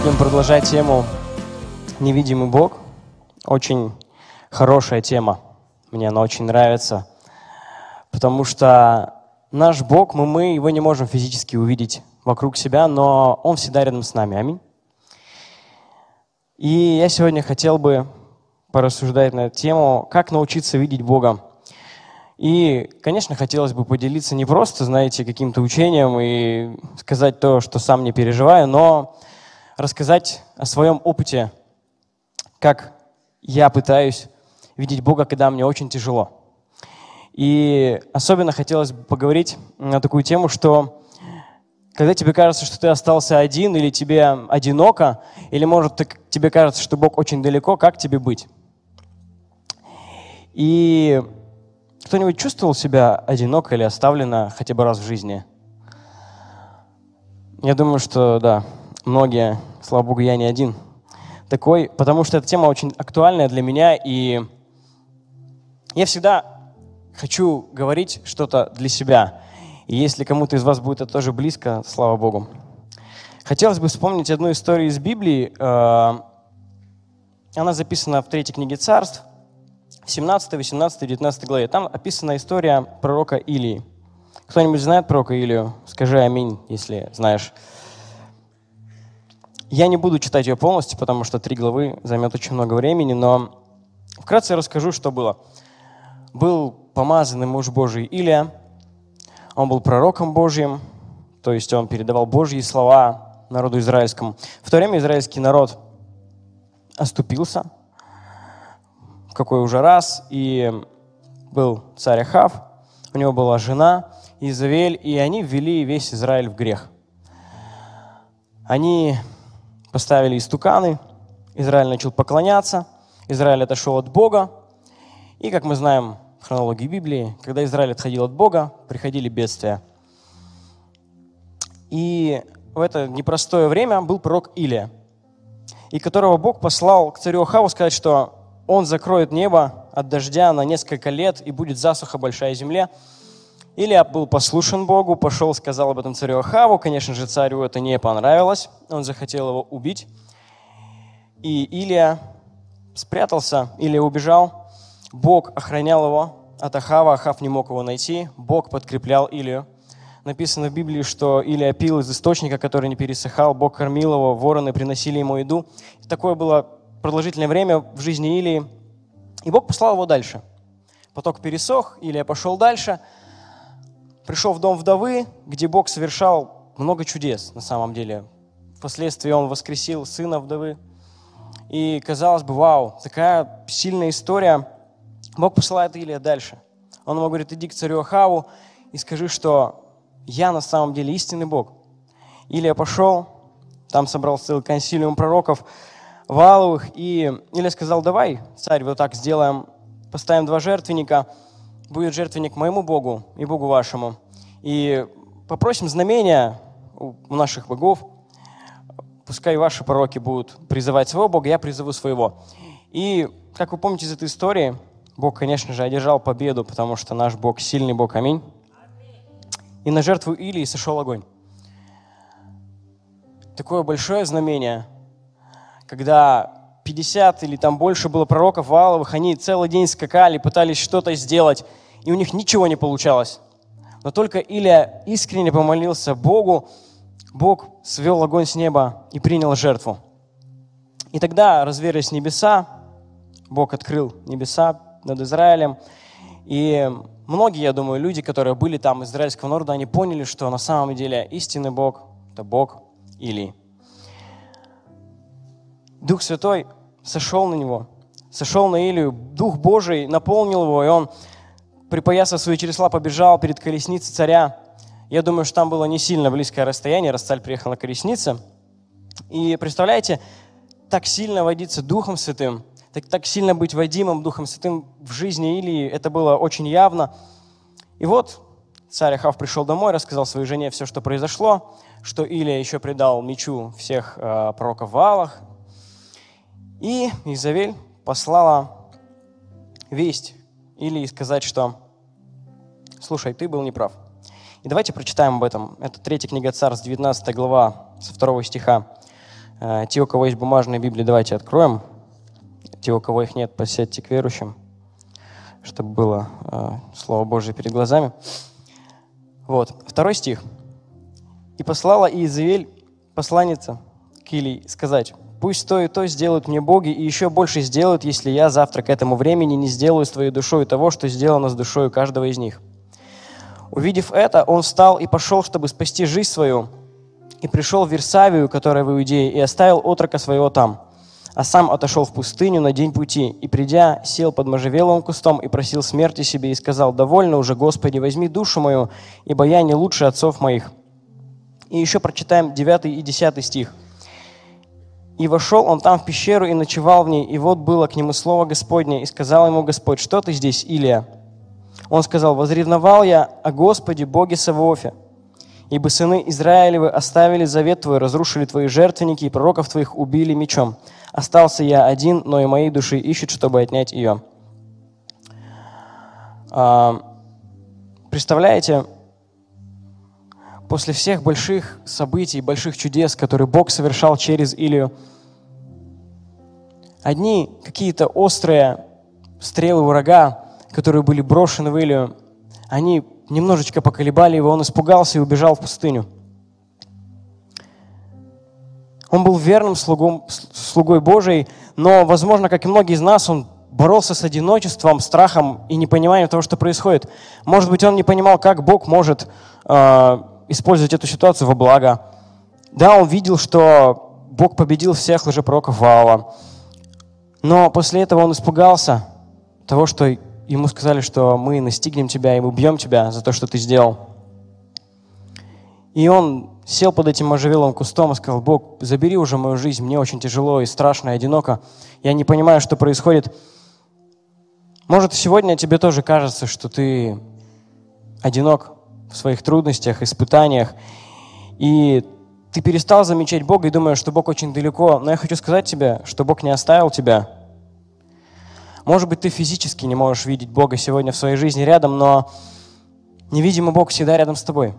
Будем продолжать тему «Невидимый Бог». Очень хорошая тема. Мне она очень нравится, потому что наш Бог, мы его не можем физически увидеть вокруг себя, но Он всегда рядом с нами. Аминь. И я сегодня хотел бы порассуждать на эту тему, как научиться видеть Бога. И, конечно, хотелось бы поделиться не просто, знаете, каким-то учением и сказать то, что сам не переживаю, но рассказать о своем опыте, как я пытаюсь видеть Бога, когда мне очень тяжело. И особенно хотелось бы поговорить на такую тему, что когда тебе кажется, что ты остался один, или тебе одиноко, или, может, тебе кажется, что Бог очень далеко, как тебе быть? И кто-нибудь чувствовал себя одиноко или оставленно хотя бы раз в жизни? Я думаю, что да, многие, слава Богу, я не один такой, потому что эта тема очень актуальная для меня, и я всегда хочу говорить что-то для себя. И если кому-то из вас будет это тоже близко, слава Богу. Хотелось бы вспомнить одну историю из Библии. Она записана в 3 книге Царств, в 17, 18, 19 главе. Там описана история пророка Илии. Кто-нибудь знает пророка Илию? Скажи аминь, если знаешь. Я не буду читать ее полностью, потому что 3 главы займет очень много времени, но вкратце расскажу, что было. Был помазанный муж Божий Илия, он был пророком Божьим, то есть он передавал Божьи слова народу израильскому. В то время израильский народ оступился, в какой уже раз, и был царь Ахав, у него была жена Иезавель, и они ввели весь Израиль в грех. Они поставили истуканы, Израиль начал поклоняться, Израиль отошел от Бога, и, как мы знаем в хронологии Библии, когда Израиль отходил от Бога, приходили бедствия. И в это непростое время был пророк Илия, и которого Бог послал к царю Ахаву сказать, что он закроет небо от дождя на несколько лет, и будет засуха большая земле. Илия был послушен Богу, пошел, сказал об этом царю Ахаву. Конечно же, царю это не понравилось, он захотел его убить. И Илия спрятался, Илия убежал. Бог охранял его от Ахава, Ахав не мог его найти. Бог подкреплял Илию. Написано в Библии, что Илия пил из источника, который не пересыхал. Бог кормил его, вороны приносили ему еду. И такое было продолжительное время в жизни Илии. И Бог послал его дальше. Поток пересох, Илия пошел дальше. Пришел в дом вдовы, где Бог совершал много чудес на самом деле. Впоследствии он воскресил сына вдовы. И казалось бы, вау, такая сильная история. Бог посылает Илия дальше. Он ему говорит: иди к царю Ахаву и скажи, что я на самом деле истинный Бог. Илия пошел, там собрал целый консилиум пророков Вааловых, и Илия сказал: давай, царь, вот так сделаем, поставим 2 жертвенника, будет жертвенник моему Богу и Богу вашему, и попросим знамения у наших богов, пускай ваши пророки будут призывать своего Бога, я призову своего. И, как вы помните из этой истории, Бог, конечно же, одержал победу, потому что наш Бог сильный Бог, аминь. И на жертву Илии сошел огонь. Такое большое знамение, когда 50 или там больше было пророков Вааловых, они целый день скакали, пытались что-то сделать, и у них ничего не получалось. Но только Илия искренне помолился Богу, Бог свел огонь с неба и принял жертву. И тогда разверзлись небеса, Бог открыл небеса над Израилем, и многие, я думаю, люди, которые были там из израильского народа, они поняли, что на самом деле истинный Бог – это Бог Илии. Дух Святой сошел на него, сошел на Илию, Дух Божий наполнил его, и он, припоясав свои чересла, побежал перед колесницей царя. Я думаю, что там было не сильно близкое расстояние, раз царь приехал на колеснице. И представляете, так сильно водиться Духом Святым, так сильно быть водимым Духом Святым в жизни Илии, это было очень явно. И вот царь Ахав пришел домой, рассказал своей жене все, что произошло, что Илия еще предал мечу всех пророков Ваалах. И Иезавель послала весть Илии сказать, что «Слушай, ты был неправ». И давайте прочитаем об этом. Это 3 книга Царств, 19 глава, со 2 стиха. Те, у кого есть бумажные Библии, давайте откроем. Те, у кого их нет, подсядьте к верующим, чтобы было Слово Божие перед глазами. Вот, 2 стих. «И послала Иезавель посланница к Илии сказать: пусть то и то сделают мне боги, и еще больше сделают, если я завтра к этому времени не сделаю с твоей душой того, что сделано с душой каждого из них». Увидев это, он встал и пошел, чтобы спасти жизнь свою, и пришел в Вирсавию, которая в Иудее, и оставил отрока своего там. А сам отошел в пустыню на день пути, и, придя, сел под можжевеловым кустом и просил смерти себе, и сказал: «Довольно уже, Господи, возьми душу мою, ибо я не лучше отцов моих». И еще прочитаем 9 и 10 стих. «И вошел он там в пещеру и ночевал в ней, и вот было к нему слово Господне, и сказал ему Господь: что ты здесь, Илия? Он сказал: возревновал я о Господе, Боге Саваофе, ибо сыны Израилевы оставили завет твой, разрушили твои жертвенники, и пророков твоих убили мечом. Остался я один, но и моей души ищут, чтобы отнять ее». Представляете, после всех больших событий, больших чудес, которые Бог совершал через Илию, одни какие-то острые стрелы врага, которые были брошены в Илию, они немножечко поколебали его, он испугался и убежал в пустыню. Он был верным слугой Божией, но, возможно, как и многие из нас, он боролся с одиночеством, страхом и непониманием того, что происходит. Может быть, он не понимал, как Бог может использовать эту ситуацию во благо. Да, он видел, что Бог победил всех лжепророков Ваала. Но после этого он испугался того, что ему сказали, что мы настигнем тебя и мы убьем тебя за то, что ты сделал. И он сел под этим можжевеловым кустом и сказал: «Бог, забери уже мою жизнь, мне очень тяжело и страшно, и одиноко. Я не понимаю, что происходит». Может, сегодня тебе тоже кажется, что ты одинок в своих трудностях, испытаниях, и ты перестал замечать Бога и думаешь, что Бог очень далеко. Но я хочу сказать тебе, что Бог не оставил тебя. Может быть, ты физически не можешь видеть Бога сегодня в своей жизни рядом, но невидимый Бог всегда рядом с тобой.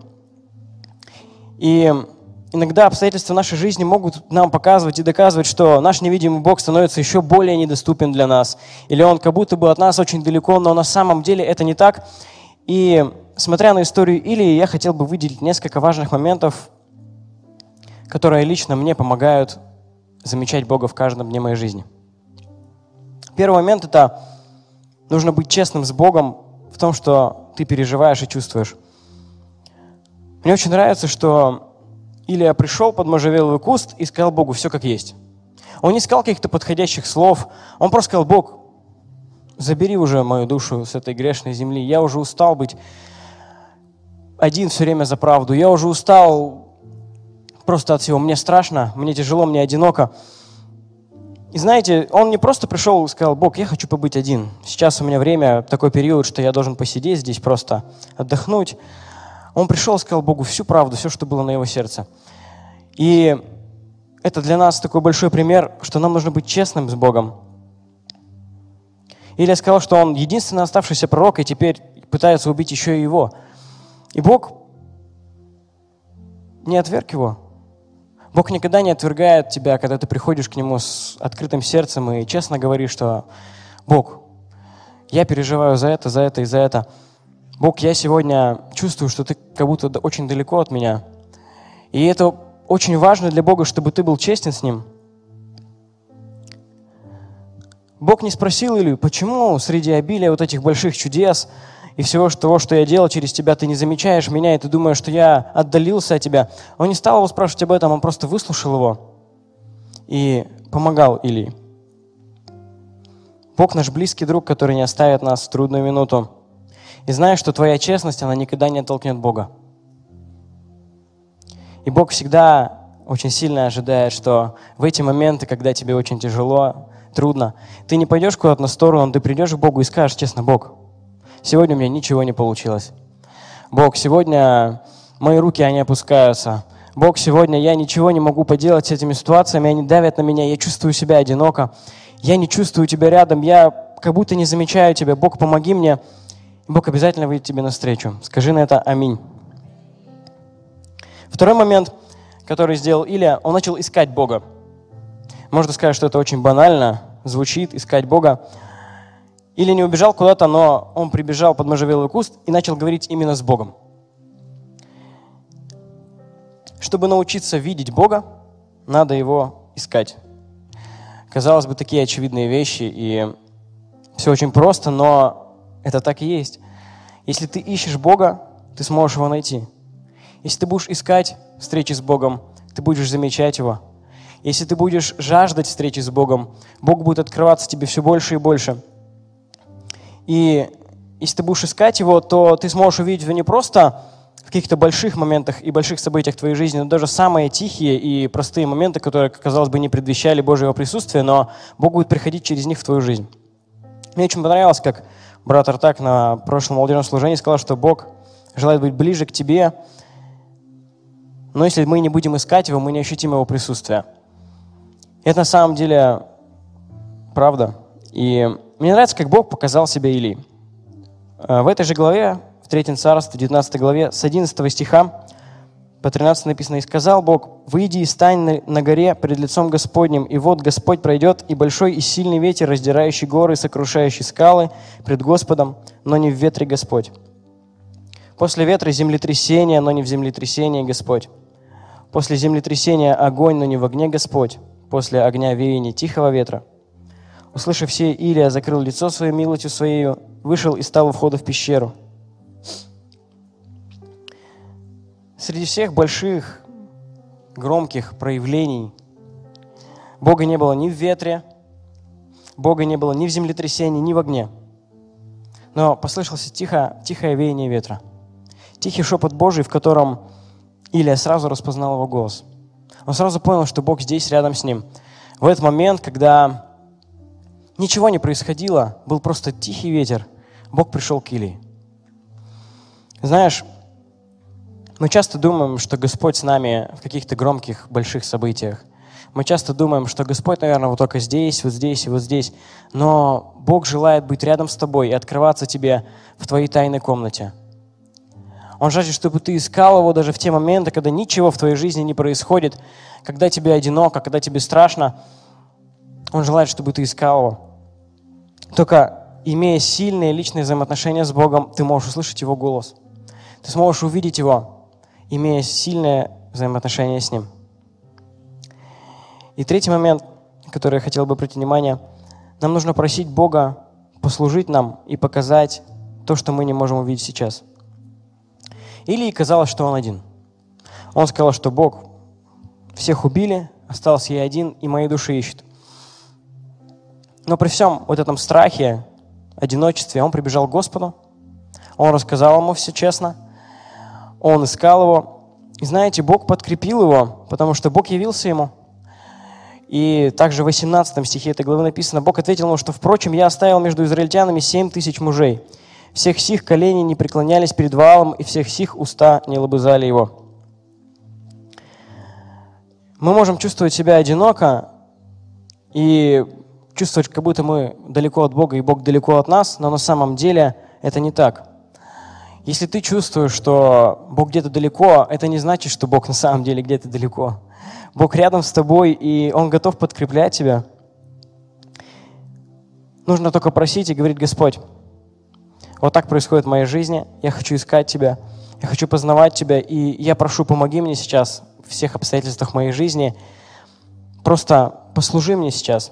И иногда обстоятельства нашей жизни могут нам показывать и доказывать, что наш невидимый Бог становится еще более недоступен для нас. Или Он как будто бы от нас очень далеко, но на самом деле это не так. И смотря на историю Илии, я хотел бы выделить несколько важных моментов, которые лично мне помогают замечать Бога в каждом дне моей жизни. Первый момент – это нужно быть честным с Богом в том, что ты переживаешь и чувствуешь. Мне очень нравится, что Илия пришел под можжевеловый куст и сказал Богу все как есть. Он не сказал каких-то подходящих слов, он просто сказал: «Бог, забери уже мою душу с этой грешной земли, я уже устал быть один все время за правду, я уже устал просто от всего, мне страшно, мне тяжело, мне одиноко». И знаете, он не просто пришел и сказал: «Бог, я хочу побыть один. Сейчас у меня время, такой период, что я должен посидеть здесь, просто отдохнуть». Он пришел и сказал Богу всю правду, все, что было на его сердце. И это для нас такой большой пример, что нам нужно быть честным с Богом. Илия сказал, что он единственный оставшийся пророк, и теперь пытается убить еще и его. И Бог не отверг его. Бог никогда не отвергает тебя, когда ты приходишь к Нему с открытым сердцем и честно говоришь, что: «Бог, я переживаю за это, за это и за это. Бог, я сегодня чувствую, что ты как будто очень далеко от меня». И это очень важно для Бога, чтобы ты был честен с Ним. Бог не спросил Илью: «Почему среди обилия вот этих больших чудес и всего того, что я делал через тебя, ты не замечаешь меня, и ты думаешь, что я отдалился от тебя?» Он не стал его спрашивать об этом, он просто выслушал его и помогал Илии. Бог наш близкий друг, который не оставит нас в трудную минуту. И знаешь, что твоя честность, она никогда не оттолкнет Бога. И Бог всегда очень сильно ожидает, что в эти моменты, когда тебе очень тяжело, трудно, ты не пойдешь куда-то на сторону, ты придешь к Богу и скажешь честно: «Бог, сегодня у меня ничего не получилось. Бог, сегодня мои руки, они опускаются. Бог, сегодня я ничего не могу поделать с этими ситуациями, они давят на меня, я чувствую себя одиноко, я не чувствую тебя рядом, я как будто не замечаю тебя. Бог, помоги мне». Бог обязательно выйдет тебе навстречу. Скажи на это аминь. Второй момент, который сделал Илия, он начал искать Бога. Можно сказать, что это очень банально звучит, искать Бога. Или не убежал куда-то, но он прибежал под можжевеловый куст и начал говорить именно с Богом. Чтобы научиться видеть Бога, надо его искать. Казалось бы, такие очевидные вещи, и все очень просто, но это так и есть. Если ты ищешь Бога, ты сможешь его найти. Если ты будешь искать встречи с Богом, ты будешь замечать его. Если ты будешь жаждать встречи с Богом, Бог будет открываться тебе все больше и больше. И если ты будешь искать его, то ты сможешь увидеть его не просто в каких-то больших моментах и больших событиях твоей жизни, но даже самые тихие и простые моменты, которые, казалось бы, не предвещали Божьего присутствия, но Бог будет приходить через них в твою жизнь. Мне очень понравилось, как брат Артак на прошлом молодежном служении сказал, что Бог желает быть ближе к тебе, но если мы не будем искать его, мы не ощутим его присутствия. Это на самом деле правда. И мне нравится, как Бог показал себя Илии. В этой же главе, в 3 Царстве, 19 главе, с 11 стиха по 13 написано: «И сказал Бог: выйди и стань на горе пред лицом Господним, и вот Господь пройдет, и большой и сильный ветер, раздирающий горы, сокрушающий скалы пред Господом, но не в ветре Господь. После ветра землетрясение, но не в землетрясении Господь. После землетрясения огонь, но не в огне Господь. После огня веяние тихого ветра. Услышав сие, Илия закрыл лицо своей милостью своею, вышел и стал у входа в пещеру». Среди всех больших, громких проявлений Бога не было ни в ветре, Бога не было ни в землетрясении, ни в огне. Но послышалось тихое веяние ветра. Тихий шепот Божий, в котором Илия сразу распознал его голос. Он сразу понял, что Бог здесь, рядом с ним. В этот момент, когда ничего не происходило, был просто тихий ветер, Бог пришел к Илии. Знаешь, мы часто думаем, что Господь с нами в каких-то громких, больших событиях. Мы часто думаем, что Господь, наверное, вот только здесь, вот здесь и вот здесь. Но Бог желает быть рядом с тобой и открываться тебе в твоей тайной комнате. Он жаждет, чтобы ты искал его даже в те моменты, когда ничего в твоей жизни не происходит, когда тебе одиноко, когда тебе страшно. Он желает, чтобы ты искал его. Только имея сильные личные взаимоотношения с Богом, ты можешь услышать его голос. Ты сможешь увидеть его, имея сильные взаимоотношения с ним. И третий момент, на который я хотел бы обратить внимание, нам нужно просить Бога послужить нам и показать то, что мы не можем увидеть сейчас. Илии казалось, что он один. Он сказал, что Бог, всех убили, остался я один, и моей души ищет. Но при всем вот этом страхе, одиночестве, он прибежал к Господу, он рассказал ему все честно, он искал его. И знаете, Бог подкрепил его, потому что Бог явился ему. И также в 18 стихе этой главы написано: Бог ответил ему, что, впрочем, я оставил между израильтянами 7000 мужей. Всех сих коленей не преклонялись перед Ваалом, и всех сих уста не лобызали его. Мы можем чувствовать себя одиноко и чувствовать, как будто мы далеко от Бога, и Бог далеко от нас, но на самом деле это не так. Если ты чувствуешь, что Бог где-то далеко, это не значит, что Бог на самом деле где-то далеко. Бог рядом с тобой, и Он готов подкреплять тебя. Нужно только просить и говорить: Господь, вот так происходит в моей жизни, я хочу искать Тебя, я хочу познавать Тебя, и я прошу, помоги мне сейчас в всех обстоятельствах моей жизни, просто послужи мне сейчас.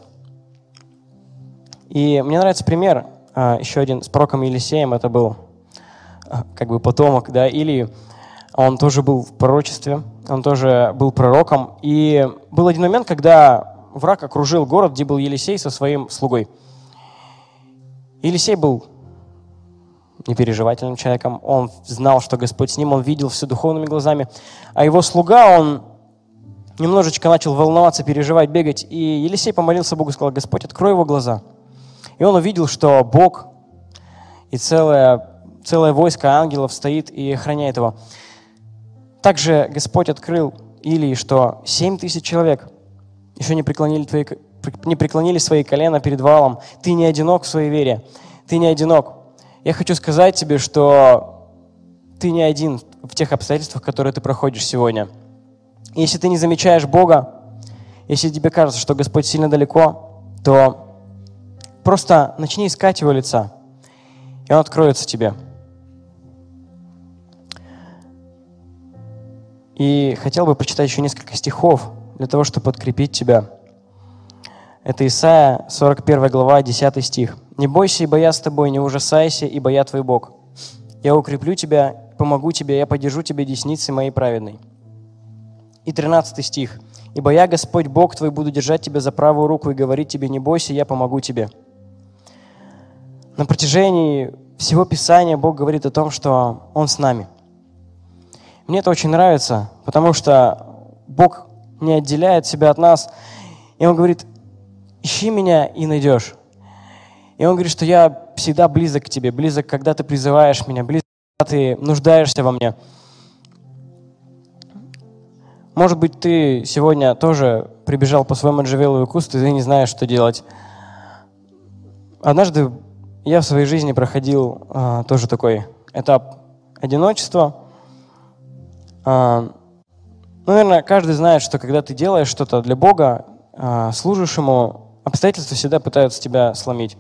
И мне нравится пример, еще один с пророком Елисеем, это был как бы потомок, да, Илии. Он тоже был в пророчестве, он тоже был пророком. И был один момент, когда враг окружил город, где был Елисей со своим слугой. Елисей был непереживательным человеком, он знал, что Господь с ним, он видел все духовными глазами. А его слуга, он немножечко начал волноваться, переживать, бегать. И Елисей помолился Богу и сказал: Господь, открой его глаза. И он увидел, что Бог и целое войско ангелов стоит и охраняет его. Также Господь открыл Илии, что 7000 человек еще не преклонили свои колена перед Ваалом. Ты не одинок в своей вере, ты не одинок. Я хочу сказать тебе, что ты не один в тех обстоятельствах, которые ты проходишь сегодня. И если ты не замечаешь Бога, Если тебе кажется, что Господь сильно далеко, то просто начни искать Его лица, и Он откроется тебе. И хотел бы прочитать еще несколько стихов для того, чтобы подкрепить тебя. Это Исайя, 41 глава, 10 стих. «Не бойся, ибо я с тобой, не ужасайся, ибо я твой Бог. Я укреплю тебя, помогу тебе, я поддержу тебя десницей моей праведной». И 13 стих. «Ибо я, Господь Бог твой, буду держать тебя за правую руку и говорить тебе, не бойся, я помогу тебе». На протяжении всего Писания Бог говорит о том, что Он с нами. Мне это очень нравится, потому что Бог не отделяет себя от нас, и Он говорит: ищи меня и найдешь. И Он говорит, что я всегда близок к тебе, близок, когда ты призываешь меня, близок, когда ты нуждаешься во мне. Может быть, ты сегодня тоже прибежал по своему можжевеловый куст, и ты не знаешь, что делать. Однажды я в своей жизни проходил тоже такой этап одиночества. Наверное, каждый знает, что когда ты делаешь что-то для Бога, служишь Ему, обстоятельства всегда пытаются тебя сломить.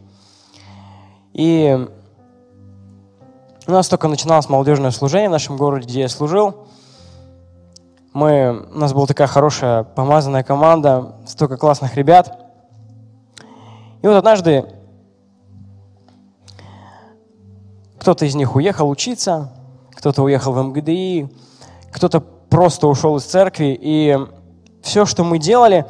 И у нас только начиналось молодежное служение в нашем городе, где я служил. У нас была такая хорошая, помазанная команда, столько классных ребят. И вот однажды кто-то из них уехал учиться, кто-то уехал в МГДИ, кто-то просто ушел из церкви, и все, что мы делали,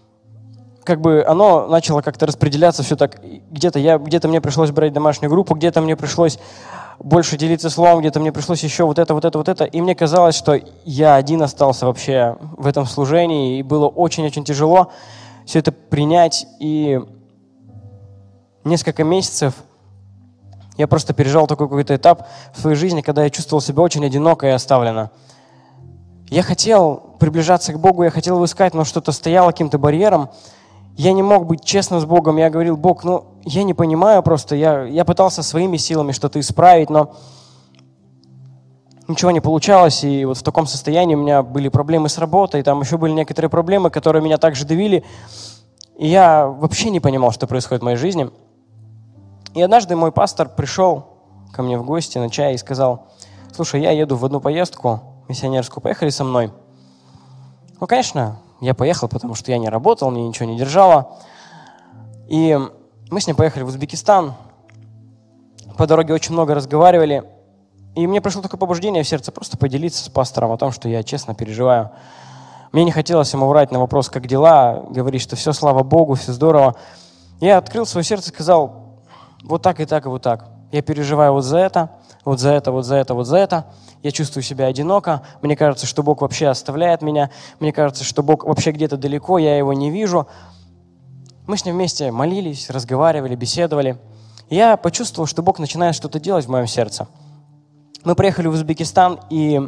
оно начало как-то распределяться все так. Где-то мне пришлось брать домашнюю группу, где-то мне пришлось больше делиться словом, где-то мне пришлось еще вот это. И мне казалось, что я один остался вообще в этом служении, и было очень-очень тяжело все это принять. И несколько месяцев я просто переживал такой какой-то этап в своей жизни, когда я чувствовал себя очень одиноко и оставленно. Я хотел приближаться к Богу, я хотел его искать, но что-то стояло каким-то барьером. Я не мог быть честным с Богом. Я говорил: Бог, я не понимаю просто. Я пытался своими силами что-то исправить, но ничего не получалось. И вот в таком состоянии у меня были проблемы с работой, там еще были некоторые проблемы, которые меня также давили. И я вообще не понимал, что происходит в моей жизни. И однажды мой пастор пришел ко мне в гости на чай и сказал: слушай, я еду в одну поездку миссионерскую, поехали со мной. Конечно, я поехал, потому что я не работал, мне ничего не держало. И мы с ним поехали в Узбекистан. По дороге очень много разговаривали. И мне пришло такое побуждение в сердце просто поделиться с пастором о том, что я честно переживаю. Мне не хотелось ему врать на вопрос, как дела, говорить, что все, слава Богу, все здорово. Я открыл свое сердце и сказал: вот так и так и вот так. Я переживаю вот за это, вот за это, вот за это, вот за это. Я чувствую себя одиноко. Мне кажется, что Бог вообще оставляет меня. Мне кажется, что Бог вообще где-то далеко, я Его не вижу. Мы с ним вместе молились, разговаривали, беседовали. И я почувствовал, что Бог начинает что-то делать в моем сердце. Мы приехали в Узбекистан, и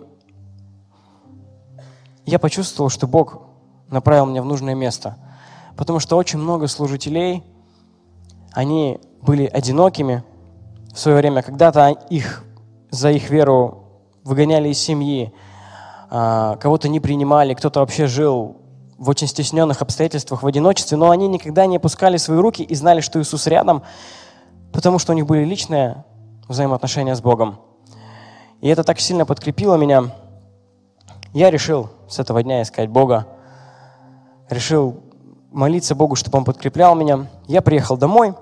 я почувствовал, что Бог направил меня в нужное место. Потому что очень много служителей, они были одинокими в свое время. Когда-то за их веру выгоняли из семьи, кого-то не принимали, кто-то вообще жил в очень стесненных обстоятельствах, в одиночестве, но они никогда не опускали свои руки и знали, что Иисус рядом, потому что у них были личные взаимоотношения с Богом. И это так сильно подкрепило меня. Я решил с этого дня искать Бога, решил молиться Богу, чтобы Он подкреплял меня. Я приехал домой,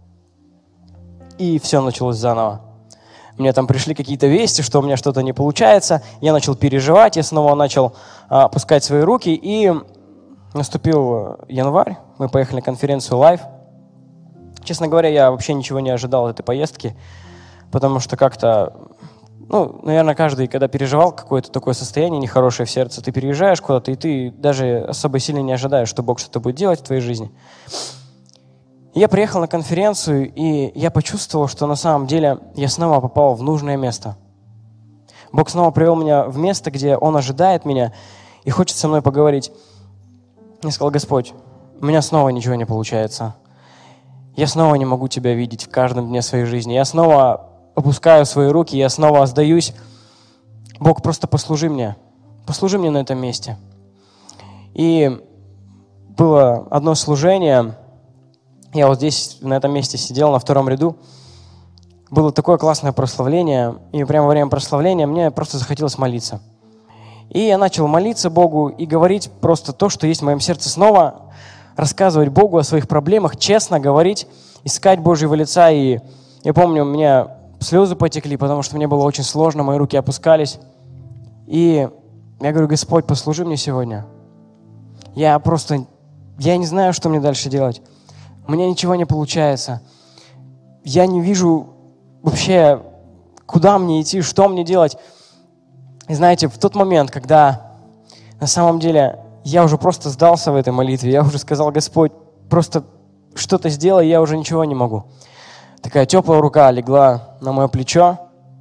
и все началось заново. Мне там пришли какие-то вести, что у меня что-то не получается. Я начал переживать, я снова начал опускать свои руки. И наступил январь, мы поехали на конференцию Live. Честно говоря, я вообще ничего не ожидал от этой поездки, потому что как-то, наверное, каждый, когда переживал какое-то такое состояние нехорошее в сердце, ты переезжаешь куда-то, и ты даже особо сильно не ожидаешь, что Бог что-то будет делать в твоей жизни. Я приехал на конференцию, и я почувствовал, что на самом деле я снова попал в нужное место. Бог снова привел меня в место, где Он ожидает меня и хочет со мной поговорить. Я сказал: Господь, у меня снова ничего не получается. Я снова не могу Тебя видеть в каждом дне своей жизни. Я снова опускаю свои руки, я снова сдаюсь. Бог, просто послужи мне на этом месте. И было одно служение. Я вот здесь, на этом месте сидел, на втором ряду. Было такое классное прославление. И прямо во время прославления мне просто захотелось молиться. И я начал молиться Богу и говорить просто то, что есть в моем сердце снова. Рассказывать Богу о своих проблемах, честно говорить, искать Божьего лица. И я помню, у меня слезы потекли, потому что мне было очень сложно, мои руки опускались. И я говорю: Господь, послужи мне сегодня. Я не знаю, что мне дальше делать. У меня ничего не получается. Я не вижу вообще, куда мне идти, что мне делать. И знаете, в тот момент, когда на самом деле я уже просто сдался в этой молитве, я уже сказал: Господь, просто что-то сделай, я уже ничего не могу. Такая теплая рука легла на мое плечо,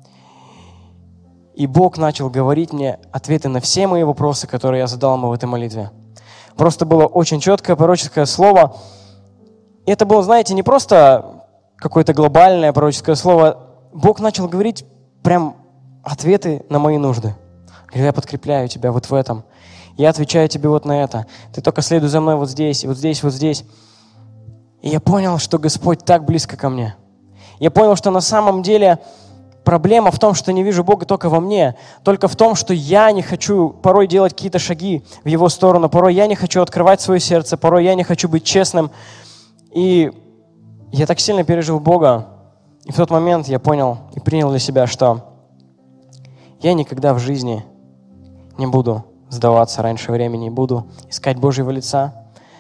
и Бог начал говорить мне ответы на все мои вопросы, которые я задал ему в этой молитве. Просто было очень четкое пророческое слово. И это было, знаете, не просто какое-то глобальное пророческое слово. Бог начал говорить прям ответы на мои нужды. Говорю: я подкрепляю тебя вот в этом. Я отвечаю тебе вот на это. Ты только следуй за мной вот здесь, вот здесь, вот здесь. И я понял, что Господь так близко ко мне. Я понял, что на самом деле проблема в том, что не вижу Бога только во мне, только в том, что я не хочу порой делать какие-то шаги в Его сторону, порой я не хочу открывать свое сердце, порой я не хочу быть честным. И я так сильно пережил Бога, и в тот момент я понял и принял для себя, что я никогда в жизни не буду сдаваться раньше времени, буду искать Божьего лица.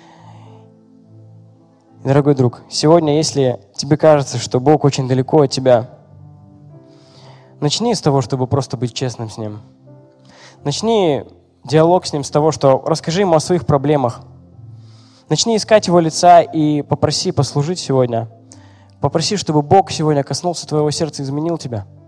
Дорогой друг, сегодня, если тебе кажется, что Бог очень далеко от тебя, начни с того, чтобы просто быть честным с Ним. Начни диалог с Ним с того, что расскажи Ему о своих проблемах. Начни искать Его лица и попроси послужить сегодня. Попроси, чтобы Бог сегодня коснулся твоего сердца и изменил тебя.